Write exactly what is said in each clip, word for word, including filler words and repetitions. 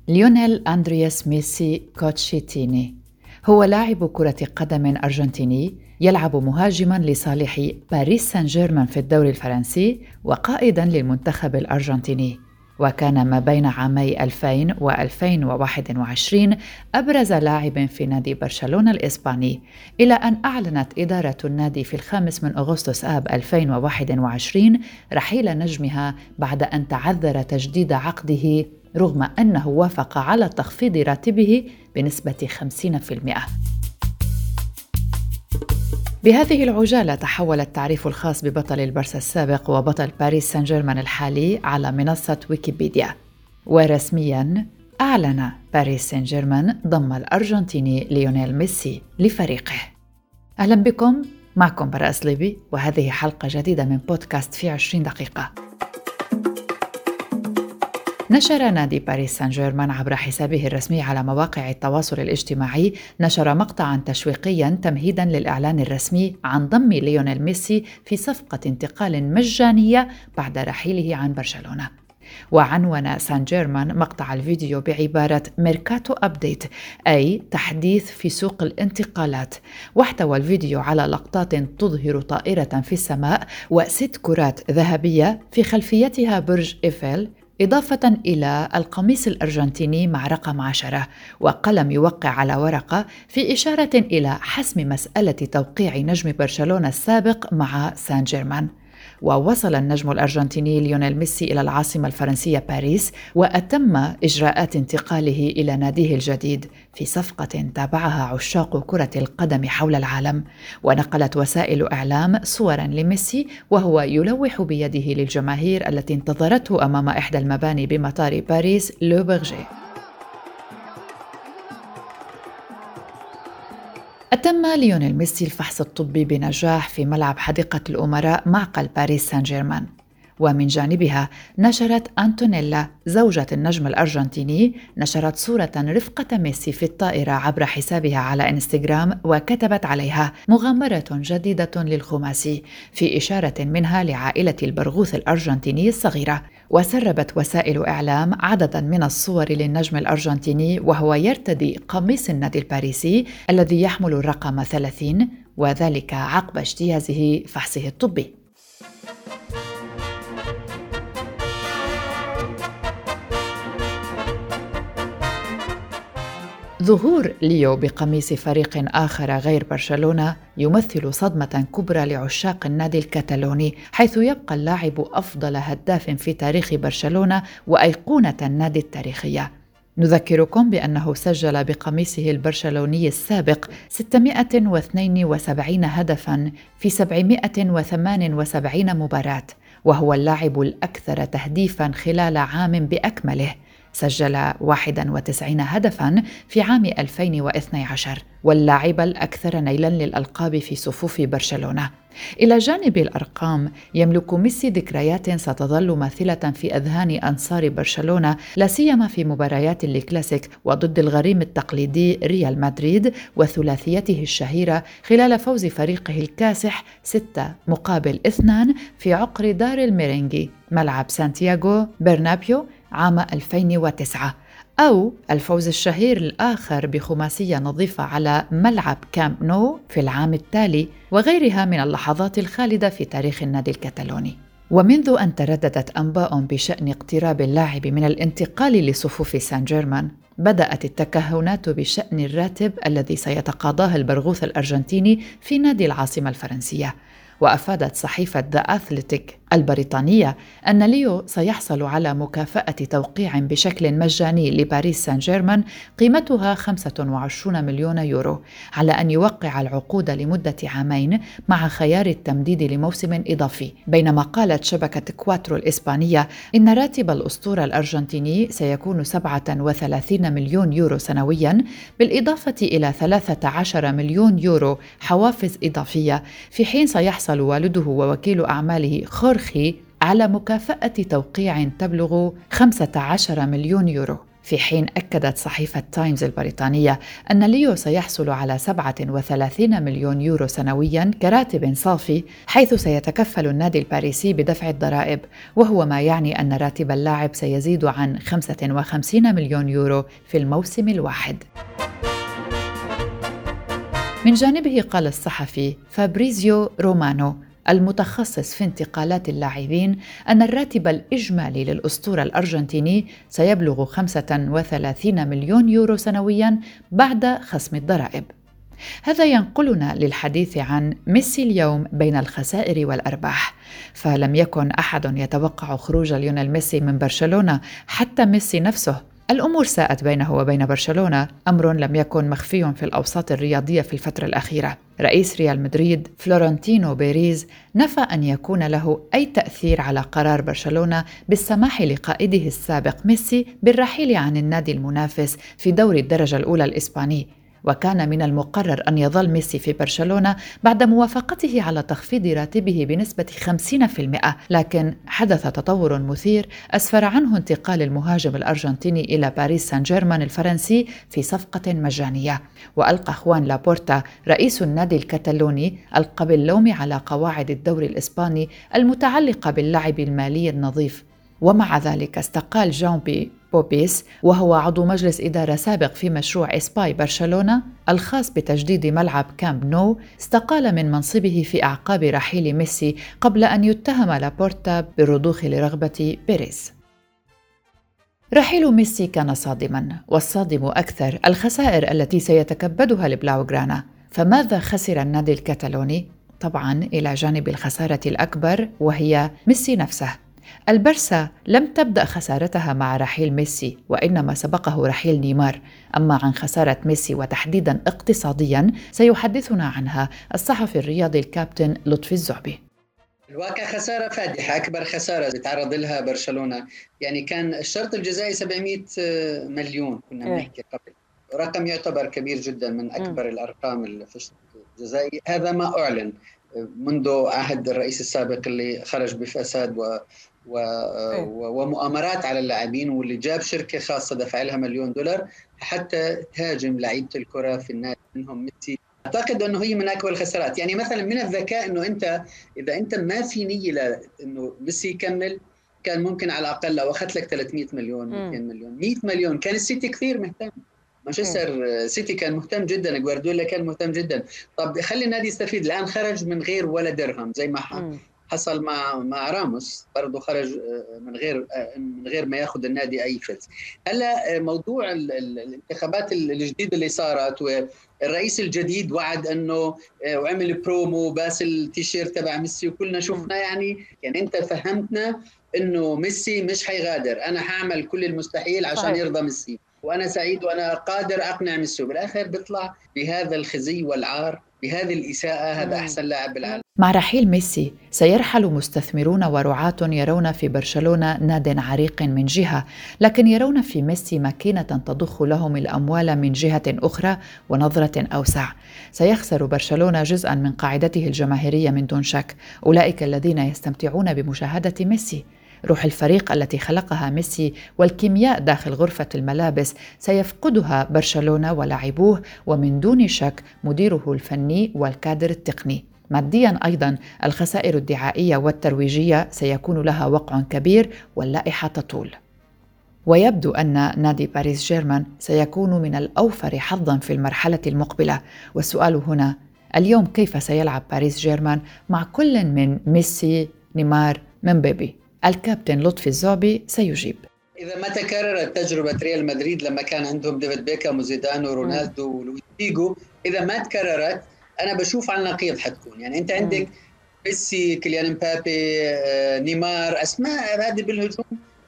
ليونيل أندرياس ميسي كوتشيتيني هو لاعب كرة قدم أرجنتيني يلعب مهاجماً لصالح باريس سان جيرمان في الدوري الفرنسي وقائداً للمنتخب الأرجنتيني، وكان ما بين عامي ألفين وألفين وواحد وعشرين أبرز لاعب في نادي برشلونة الإسباني، إلى أن أعلنت إدارة النادي في الخامس من أغسطس آب ألفين وواحد وعشرين رحيل نجمها بعد أن تعذر تجديد عقده رغم أنه وافق على تخفيض راتبه بنسبة خمسين بالمئة. بهذه العجالة تحول التعريف الخاص ببطل البارسا السابق وبطل باريس سان جيرمان الحالي على منصة ويكيبيديا، ورسمياً أعلن باريس سان جيرمان ضم الأرجنتيني ليونيل ميسي لفريقه. أهلاً بكم، معكم براء صليبي، وهذه حلقة جديدة من بودكاست في عشرين دقيقة. نشر نادي باريس سان جيرمان عبر حسابه الرسمي على مواقع التواصل الاجتماعي نشر مقطعاً تشويقياً تمهيداً للإعلان الرسمي عن ضم ليونيل ميسي في صفقة انتقال مجانية بعد رحيله عن برشلونة. وعنون سان جيرمان مقطع الفيديو بعبارة ميركاتو أبديت، أي تحديث في سوق الانتقالات، واحتوى الفيديو على لقطات تظهر طائرة في السماء وست كرات ذهبية في خلفيتها برج إيفل، إضافة إلى القميص الأرجنتيني مع رقم عشرة وقلم يوقع على ورقة في إشارة إلى حسم مسألة توقيع نجم برشلونة السابق مع سان جيرمان. ووصل النجم الأرجنتيني ليونيل ميسي إلى العاصمة الفرنسية باريس، وأتم إجراءات انتقاله إلى ناديه الجديد في صفقة تابعها عشاق كرة القدم حول العالم. ونقلت وسائل إعلام صوراً لميسي وهو يلوح بيده للجماهير التي انتظرته أمام إحدى المباني بمطار باريس لو بيرجي. أتم ليونيل ميسي الفحص الطبي بنجاح في ملعب حديقة الأمراء معقل باريس سان جيرمان. ومن جانبها نشرت أنتونيلا زوجة النجم الأرجنتيني نشرت صورة رفقة ميسي في الطائرة عبر حسابها على إنستغرام، وكتبت عليها مغامرة جديدة للخماسي، في إشارة منها لعائلة البرغوث الأرجنتيني الصغيرة. وسربت وسائل إعلام عدداً من الصور للنجم الأرجنتيني وهو يرتدي قميص النادي الباريسي الذي يحمل الرقم ثلاثين، وذلك عقب اجتيازه فحصه الطبي. ظهور ليو بقميص فريق آخر غير برشلونة يمثل صدمة كبرى لعشاق النادي الكتالوني، حيث يبقى اللاعب أفضل هداف في تاريخ برشلونة وأيقونة النادي التاريخية. نذكركم بأنه سجل بقميصه البرشلوني السابق ستمائة واثنين وسبعين هدفاً في سبعمائة وثمانية وسبعين مباراة، وهو اللاعب الأكثر تهديفاً خلال عام بأكمله، سجل واحد وتسعين هدفاً في عام ألفين واثني عشر، واللاعب الأكثر نيلاً للألقاب في صفوف برشلونة. إلى جانب الأرقام، يملك ميسي ذكريات ستظل ماثلة في أذهان أنصار برشلونة، لا سيما في مباريات الكلاسيك وضد الغريم التقليدي ريال مدريد، وثلاثيته الشهيرة خلال فوز فريقه الكاسح ستة مقابل اثنان في عقر دار الميرينغي ملعب سانتياغو برنابيو عام ألفين وتسعة، أو الفوز الشهير الآخر بخماسية نظيفة على ملعب كامب نو في العام التالي، وغيرها من اللحظات الخالدة في تاريخ النادي الكتالوني. ومنذ أن ترددت أنباء بشأن اقتراب اللاعب من الانتقال لصفوف سان جيرمان، بدأت التكهنات بشأن الراتب الذي سيتقاضاه البرغوث الأرجنتيني في نادي العاصمة الفرنسية. وأفادت صحيفة ذا أثليتيك البريطانية أن ليو سيحصل على مكافأة توقيع بشكل مجاني لباريس سان جيرمان قيمتها خمسة وعشرين مليون يورو، على أن يوقع العقود لمدة عامين مع خيار التمديد لموسم إضافي. بينما قالت شبكة كواترو الإسبانية إن راتب الأسطورة الأرجنتيني سيكون سبعة وثلاثين مليون يورو سنوياً، بالإضافة إلى ثلاثة عشر مليون يورو حوافز إضافية، في حين سيحصل والده ووكيل أعماله خورخي على مكافأة توقيع تبلغ خمسة عشر مليون يورو. في حين أكدت صحيفة تايمز البريطانية أن ليو سيحصل على سبعة وثلاثين مليون يورو سنوياً كراتب صافي، حيث سيتكفل النادي الباريسي بدفع الضرائب، وهو ما يعني أن راتب اللاعب سيزيد عن خمسة وخمسين مليون يورو في الموسم الواحد. من جانبه قال الصحفي فابريزيو رومانو المتخصص في انتقالات اللاعبين أن الراتب الإجمالي للأسطورة الأرجنتيني سيبلغ خمسة وثلاثين مليون يورو سنوياً بعد خصم الضرائب. هذا ينقلنا للحديث عن ميسي اليوم بين الخسائر والأرباح، فلم يكن أحد يتوقع خروج ليونيل ميسي من برشلونة، حتى ميسي نفسه. الأمور ساءت بينه وبين برشلونة، أمر لم يكن مخفي في الأوساط الرياضية في الفترة الأخيرة. رئيس ريال مدريد فلورنتينو بيريز نفى أن يكون له أي تأثير على قرار برشلونة بالسماح لقائده السابق ميسي بالرحيل عن النادي المنافس في دوري الدرجة الأولى الإسباني، وكان من المقرر أن يظل ميسي في برشلونة بعد موافقته على تخفيض راتبه بنسبة خمسين بالمئة، لكن حدث تطور مثير أسفر عنه انتقال المهاجم الأرجنتيني إلى باريس سان جيرمان الفرنسي في صفقة مجانية. وألقى خوان لابورتا رئيس النادي الكتالوني ألقى باللوم على قواعد الدوري الإسباني المتعلقة باللعب المالي النظيف، ومع ذلك استقال جامبي بوبيس وهو عضو مجلس إدارة سابق في مشروع إسباي برشلونة الخاص بتجديد ملعب كامب نو، استقال من منصبه في أعقاب رحيل ميسي قبل أن يتهم لابورتا بالرضوخ لرغبة بيريز. رحيل ميسي كان صادماً، والصادم أكثر الخسائر التي سيتكبدها البلاوغرانا. فماذا خسر النادي الكتالوني؟ طبعاً إلى جانب الخسارة الأكبر وهي ميسي نفسه. البرسا لم تبدأ خسارتها مع رحيل ميسي، وإنما سبقه رحيل نيمار. أما عن خسارة ميسي وتحديداً اقتصادياً سيحدثنا عنها الصحفي الرياضي الكابتن لطفي الزعبي. الواقع خسارة فادحة، أكبر خسارة تعرض لها برشلونة. يعني كان الشرط الجزائي سبعمئة مليون كنا بنحكي قبل، رقم يعتبر كبير جدا من أكبر الأرقام في الشرط الجزائي. هذا ما أعلن منذ عهد الرئيس السابق اللي خرج بفساد و... و... و... ومؤامرات على اللاعبين، واللي جاب شركة خاصة دفع لها مليون دولار حتى تهاجم لعيبة الكرة في النادي منهم ميسي. أعتقد أنه هي من أكبر الخسارات. يعني مثلا من الذكاء أنه أنت إذا أنت ما في نية لأنه ميسي يكمل، كان ممكن على الأقل لو أخذت لك ثلاثمئة مليون مئتين مليون مئة مليون. كان السيتي كثير مهتم، مانشستر سيتي كان مهتم جدا، جوارديولا كان مهتم جدا. طب خلي النادي يستفيد. الآن خرج من غير ولا درهم، زي ما حصل مع مع راموس، برضه خرج من غير من غير ما ياخذ النادي اي فلس. هلا موضوع الانتخابات الجديده اللي صارت، والرئيس الجديد وعد انه وعمل برومو باس التيشيرت تبع ميسي، وكلنا شفنا. يعني يعني انت فهمتنا انه ميسي مش حيغادر، انا هعمل كل المستحيل عشان صحيح. يرضى ميسي، وانا سعيد وانا قادر اقنع ميسي. بالاخر بيطلع بهذا الخزي والعار، بهذه الإساءة. هذا أحسن لاعب بالعالم. مع رحيل ميسي سيرحل مستثمرون ورعاة يرون في برشلونة ناد عريق من جهة، لكن يرون في ميسي ماكينة تضخ لهم الأموال من جهة أخرى ونظرة أوسع. سيخسر برشلونة جزءاً من قاعدته الجماهيرية من دون شك، أولئك الذين يستمتعون بمشاهدة ميسي. روح الفريق التي خلقها ميسي والكيمياء داخل غرفة الملابس سيفقدها برشلونة ولاعبوه، ومن دون شك مديره الفني والكادر التقني. مادياً أيضاً الخسائر الدعائية والترويجية سيكون لها وقع كبير، واللائحة تطول. ويبدو أن نادي باريس جيرمان سيكون من الأوفر حظاً في المرحلة المقبلة. والسؤال هنا اليوم كيف سيلعب باريس جيرمان مع كل من ميسي، نيمار، مبابي؟ الكابتن لطفي الزعبي سيجيب. إذا ما تكررت تجربة ريال مدريد لما كان عندهم ديفيد بيكهام وزيدان ورونالدو ولويس فيجو، إذا ما تكررت أنا بشوف على النقيض حتكون. يعني أنت عندك ميسي، كيليان مبابي، نيمار، أسماء هذه بالهجوم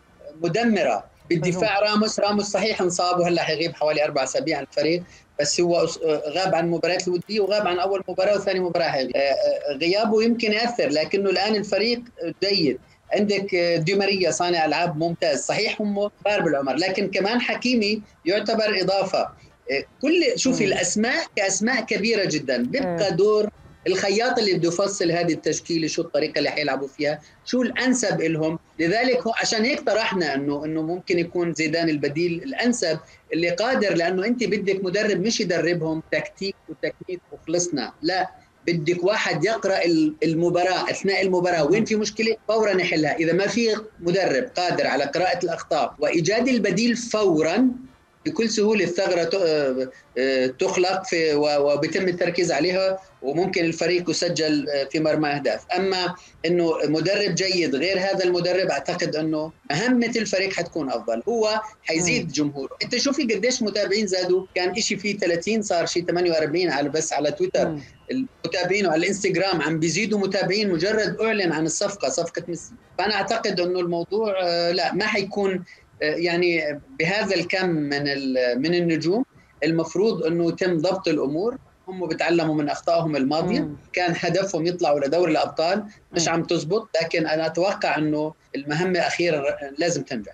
مدمرة. بالدفاع راموس راموس صحيح انصاب وهلا حيغيب حوالي أربع أسابيع عن الفريق، بس هو غاب عن المباريات الودية وغاب عن أول مباراة وثاني مباراة حيغيب. غيابه يمكن يأثر، لكنه الآن الفريق جيد. عندك دي ماريا صانع ألعاب ممتاز، صحيح هم كبار بالعمر، لكن كمان حكيمي يعتبر إضافة. كل شوفي الأسماء كأسماء كبيرة جدا، بيبقى دور الخياط اللي بده يفصل هذه التشكيله شو الطريقه اللي حيلعبوا فيها، شو الانسب لهم. لذلك هو عشان هيك طرحنا انه انه ممكن يكون زيدان البديل الانسب اللي قادر، لانه انت بدك مدرب مش يدربهم تكتيك وتكنيك وخلصنا، لا، بدك واحد يقرأ المباراة أثناء المباراة، وين في مشكلة فورا يحلها. إذا ما في مدرب قادر على قراءة الأخطاء وإيجاد البديل فورا بكل سهولة الثغرة تخلق في وبيتم التركيز عليها، وممكن الفريق يسجل في مرمى أهداف. أما أنه مدرب جيد غير هذا المدرب، أعتقد أنه مهمة الفريق حتكون أفضل، هو حيزيد جمهوره. أنت شوفي قديش متابعين زادوا، كان إشي فيه ثلاثين صار شيء ثمانية وأربعين على بس على تويتر. المتابعين وعلى الانستغرام عم بيزيدوا متابعين مجرد أعلن عن الصفقة، صفقة ميسي. فأنا أعتقد أنه الموضوع لا ما حيكون يعني بهذا الكم من من النجوم. المفروض انه يتم ضبط الامور، هم بيتعلموا من اخطائهم الماضيه. مم. كان هدفهم يطلعوا لدوري الابطال، مش مم. عم تزبط، لكن انا اتوقع انه المهمه اخيرا لازم تنجح.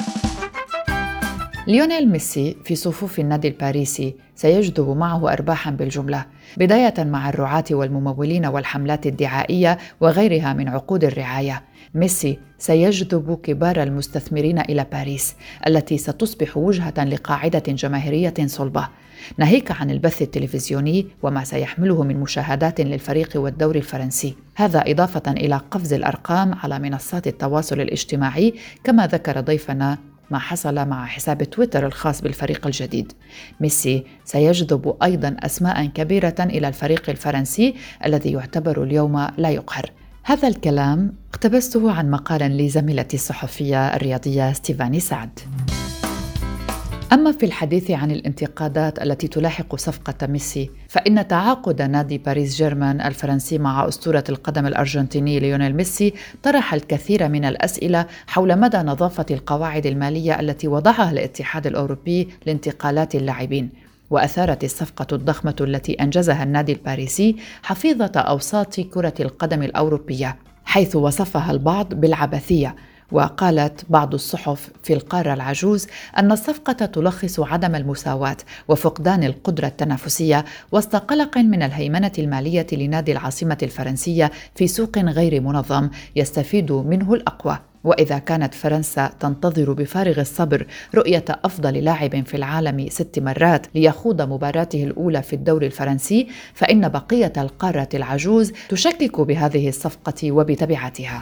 ليونيل ميسي في صفوف النادي الباريسي سيجذب معه أرباحاً بالجملة، بداية مع الرعاة والممولين والحملات الدعائية وغيرها من عقود الرعاية. ميسي سيجذب كبار المستثمرين إلى باريس التي ستصبح وجهة لقاعدة جماهيرية صلبة، ناهيك عن البث التلفزيوني وما سيحمله من مشاهدات للفريق والدوري الفرنسي. هذا إضافة إلى قفز الأرقام على منصات التواصل الاجتماعي، كما ذكر ضيفنا ما حصل مع حساب تويتر الخاص بالفريق الجديد. ميسي سيجذب أيضاً أسماء كبيرة إلى الفريق الفرنسي الذي يعتبر اليوم لا يقهر. هذا الكلام اقتبسته عن مقال لزميلتي الصحفية الرياضية ستيفاني سعد. أما في الحديث عن الانتقادات التي تلاحق صفقة ميسي، فإن تعاقد نادي باريس جيرمان الفرنسي مع أسطورة القدم الأرجنتيني ليونيل ميسي طرح الكثير من الأسئلة حول مدى نظافة القواعد المالية التي وضعها الاتحاد الأوروبي لانتقالات اللاعبين. وأثارت الصفقة الضخمة التي أنجزها النادي الباريسي حفيظة أوساط كرة القدم الأوروبية، حيث وصفها البعض بالعبثية. وقالت بعض الصحف في القارة العجوز أن الصفقة تلخص عدم المساواة وفقدان القدرة التنافسية وسط قلق من الهيمنة المالية لنادي العاصمة الفرنسية في سوق غير منظم يستفيد منه الأقوى. وإذا كانت فرنسا تنتظر بفارغ الصبر رؤية أفضل لاعب في العالم ست مرات ليخوض مباراته الأولى في الدوري الفرنسي، فإن بقية القارة العجوز تشكك بهذه الصفقة وبتبعاتها.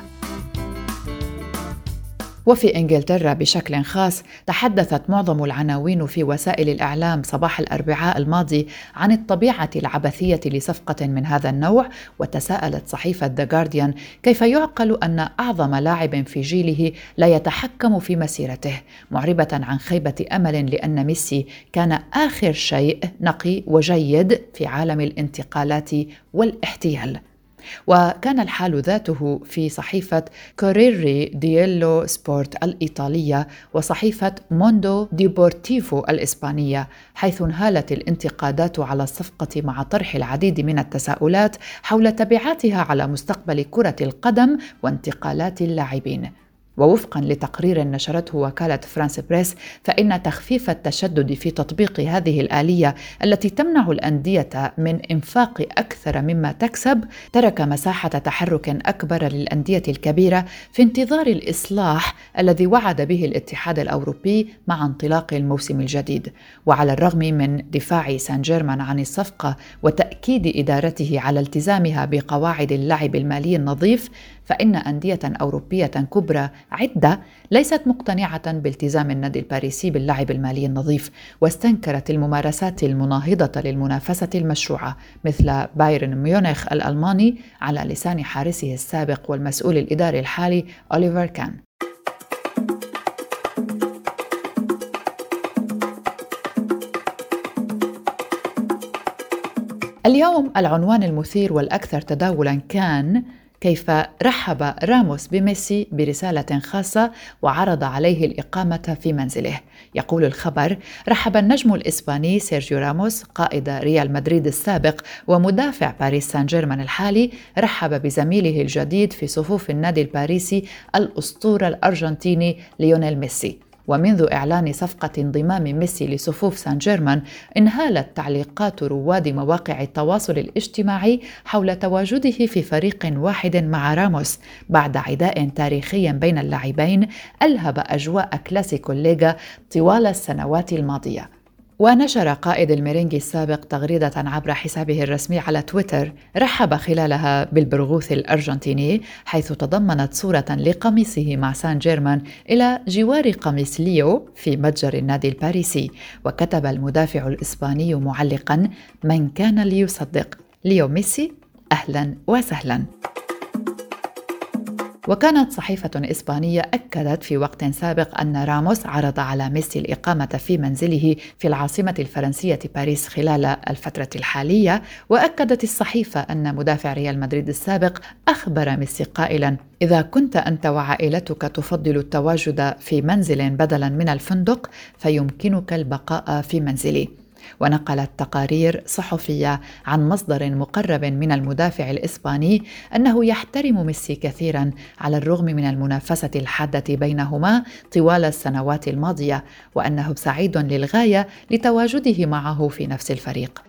وفي إنجلترا بشكل خاص تحدثت معظم العناوين في وسائل الإعلام صباح الأربعاء الماضي عن الطبيعة العبثية لصفقة من هذا النوع، وتساءلت صحيفة The Guardian كيف يعقل أن أعظم لاعب في جيله لا يتحكم في مسيرته، معربة عن خيبة أمل لأن ميسي كان آخر شيء نقي وجيد في عالم الانتقالات والاحتيال. وكان الحال ذاته في صحيفة كوريري دييلو سبورت الإيطالية وصحيفة موندو ديبورتيفو الإسبانية، حيث انهالت الانتقادات على الصفقة مع طرح العديد من التساؤلات حول تبعاتها على مستقبل كرة القدم وانتقالات اللاعبين. ووفقاً لتقرير نشرته وكالة فرانس بريس، فإن تخفيف التشدد في تطبيق هذه الآلية التي تمنع الأندية من إنفاق أكثر مما تكسب ترك مساحة تحرك أكبر للأندية الكبيرة في انتظار الإصلاح الذي وعد به الاتحاد الأوروبي مع انطلاق الموسم الجديد. وعلى الرغم من دفاع سان جيرمان عن الصفقة وتأكيد إدارته على التزامها بقواعد اللعب المالي النظيف، فإن أندية أوروبية كبرى عدة ليست مقتنعة بالتزام النادي الباريسي باللعب المالي النظيف، واستنكرت الممارسات المناهضة للمنافسة المشروعة مثل بايرن ميونخ الألماني على لسان حارسه السابق والمسؤول الإداري الحالي أوليفر كان. اليوم العنوان المثير والأكثر تداولاً كان كيف رحب راموس بميسي برسالة خاصة وعرض عليه الإقامة في منزله. يقول الخبر: رحب النجم الإسباني سيرجيو راموس قائد ريال مدريد السابق ومدافع باريس سان جيرمان الحالي، رحب بزميله الجديد في صفوف النادي الباريسي الأسطورة الأرجنتيني ليونيل ميسي. ومنذ إعلان صفقة انضمام ميسي لصفوف سان جيرمان انهالت تعليقات رواد مواقع التواصل الاجتماعي حول تواجده في فريق واحد مع راموس بعد عداء تاريخي بين اللاعبين ألهب أجواء كلاسيكو الليغا طوال السنوات الماضية. ونشر قائد الميرينغي السابق تغريدة عبر حسابه الرسمي على تويتر رحب خلالها بالبرغوث الأرجنتيني، حيث تضمنت صورة لقميصه مع سان جيرمان إلى جوار قميص ليو في متجر النادي الباريسي. وكتب المدافع الإسباني معلقاً: من كان ليصدق، ليو ميسي أهلاً وسهلاً. وكانت صحيفة إسبانية أكدت في وقت سابق أن راموس عرض على ميسي الإقامة في منزله في العاصمة الفرنسية باريس خلال الفترة الحالية. وأكدت الصحيفة أن مدافع ريال مدريد السابق أخبر ميسي قائلاً: إذا كنت أنت وعائلتك تفضل التواجد في منزل بدلاً من الفندق فيمكنك البقاء في منزلي. ونقلت تقارير صحفية عن مصدر مقرب من المدافع الإسباني أنه يحترم ميسي كثيراً على الرغم من المنافسة الحادة بينهما طوال السنوات الماضية، وأنه سعيد للغاية لتواجده معه في نفس الفريق.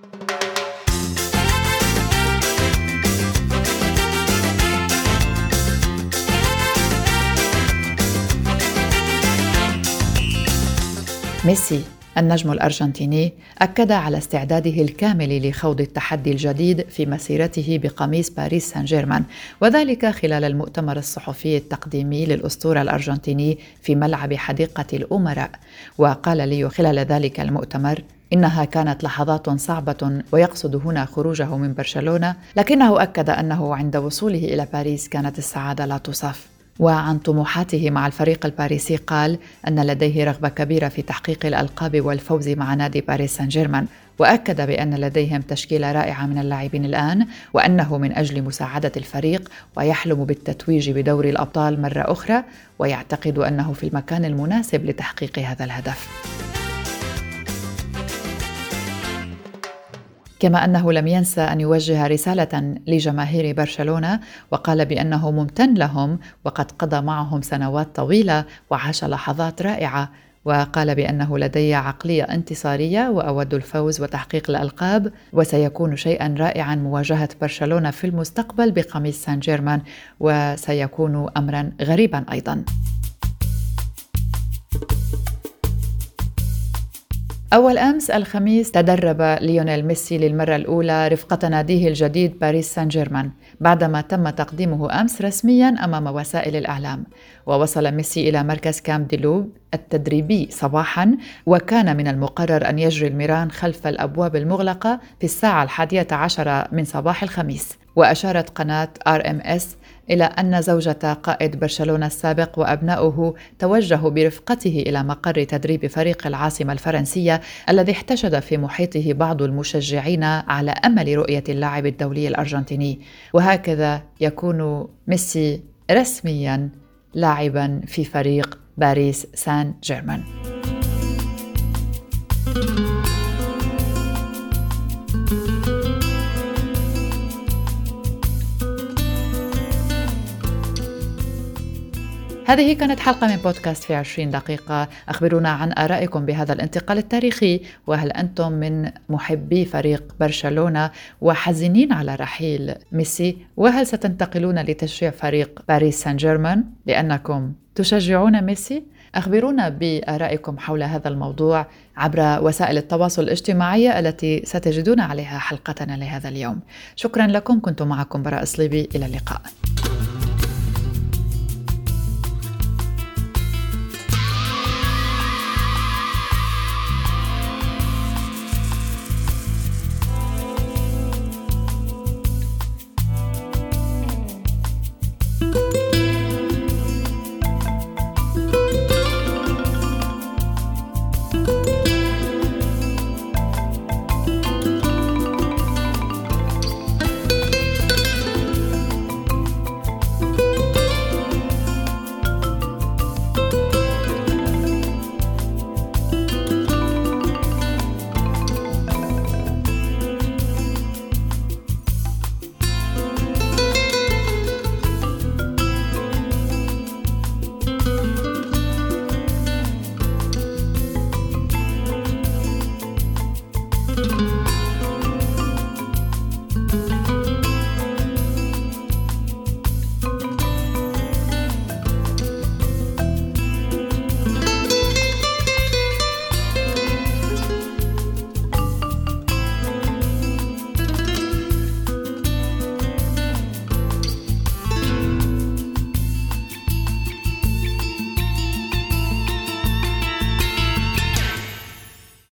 ميسي النجم الأرجنتيني أكد على استعداده الكامل لخوض التحدي الجديد في مسيرته بقميص باريس سان جيرمان، وذلك خلال المؤتمر الصحفي التقديمي للأسطورة الأرجنتيني في ملعب حديقة الأمراء. وقال ليو خلال ذلك المؤتمر: إنها كانت لحظات صعبة، ويقصد هنا خروجه من برشلونة، لكنه أكد أنه عند وصوله إلى باريس كانت السعادة لا توصف. وعن طموحاته مع الفريق الباريسي قال أن لديه رغبة كبيرة في تحقيق الألقاب والفوز مع نادي باريس سان جيرمان، وأكد بأن لديهم تشكيلة رائعة من اللاعبين الآن، وأنه من أجل مساعدة الفريق ويحلم بالتتويج بدوري الأبطال مرة أخرى، ويعتقد أنه في المكان المناسب لتحقيق هذا الهدف. كما أنه لم ينسى أن يوجه رسالة لجماهير برشلونة، وقال بأنه ممتن لهم وقد قضى معهم سنوات طويلة وعاش لحظات رائعة، وقال بأنه لدي عقلية انتصارية وأود الفوز وتحقيق الألقاب، وسيكون شيئا رائعا مواجهة برشلونة في المستقبل بقميص سان جيرمان، وسيكون أمرا غريبا أيضا. أول أمس الخميس تدرب ليونيل ميسي للمرة الأولى رفقة ناديه الجديد باريس سان جيرمان بعدما تم تقديمه أمس رسمياً أمام وسائل الإعلام. ووصل ميسي إلى مركز كامب دي لوب التدريبي صباحاً، وكان من المقرر أن يجري الميران خلف الأبواب المغلقة في الساعة الحادية عشرة من صباح الخميس. وأشارت قناة آر إم إس إلى أن زوجة قائد برشلونة السابق وأبناؤه توجهوا برفقته إلى مقر تدريب فريق العاصمة الفرنسية الذي احتشد في محيطه بعض المشجعين على أمل رؤية اللاعب الدولي الأرجنتيني. وهكذا يكون ميسي رسمياً لاعباً في فريق باريس سان جيرمان. هذه كانت حلقة من بودكاست في عشرين دقيقة. أخبرونا عن آرائكم بهذا الانتقال التاريخي، وهل أنتم من محبي فريق برشلونة وحزينين على رحيل ميسي، وهل ستنتقلون لتشجيع فريق باريس سان جيرمان لأنكم تشجعون ميسي؟ أخبرونا بآرائكم حول هذا الموضوع عبر وسائل التواصل الاجتماعي التي ستجدون عليها حلقتنا لهذا اليوم. شكرا لكم، كنت معكم براء صليبي، إلى اللقاء.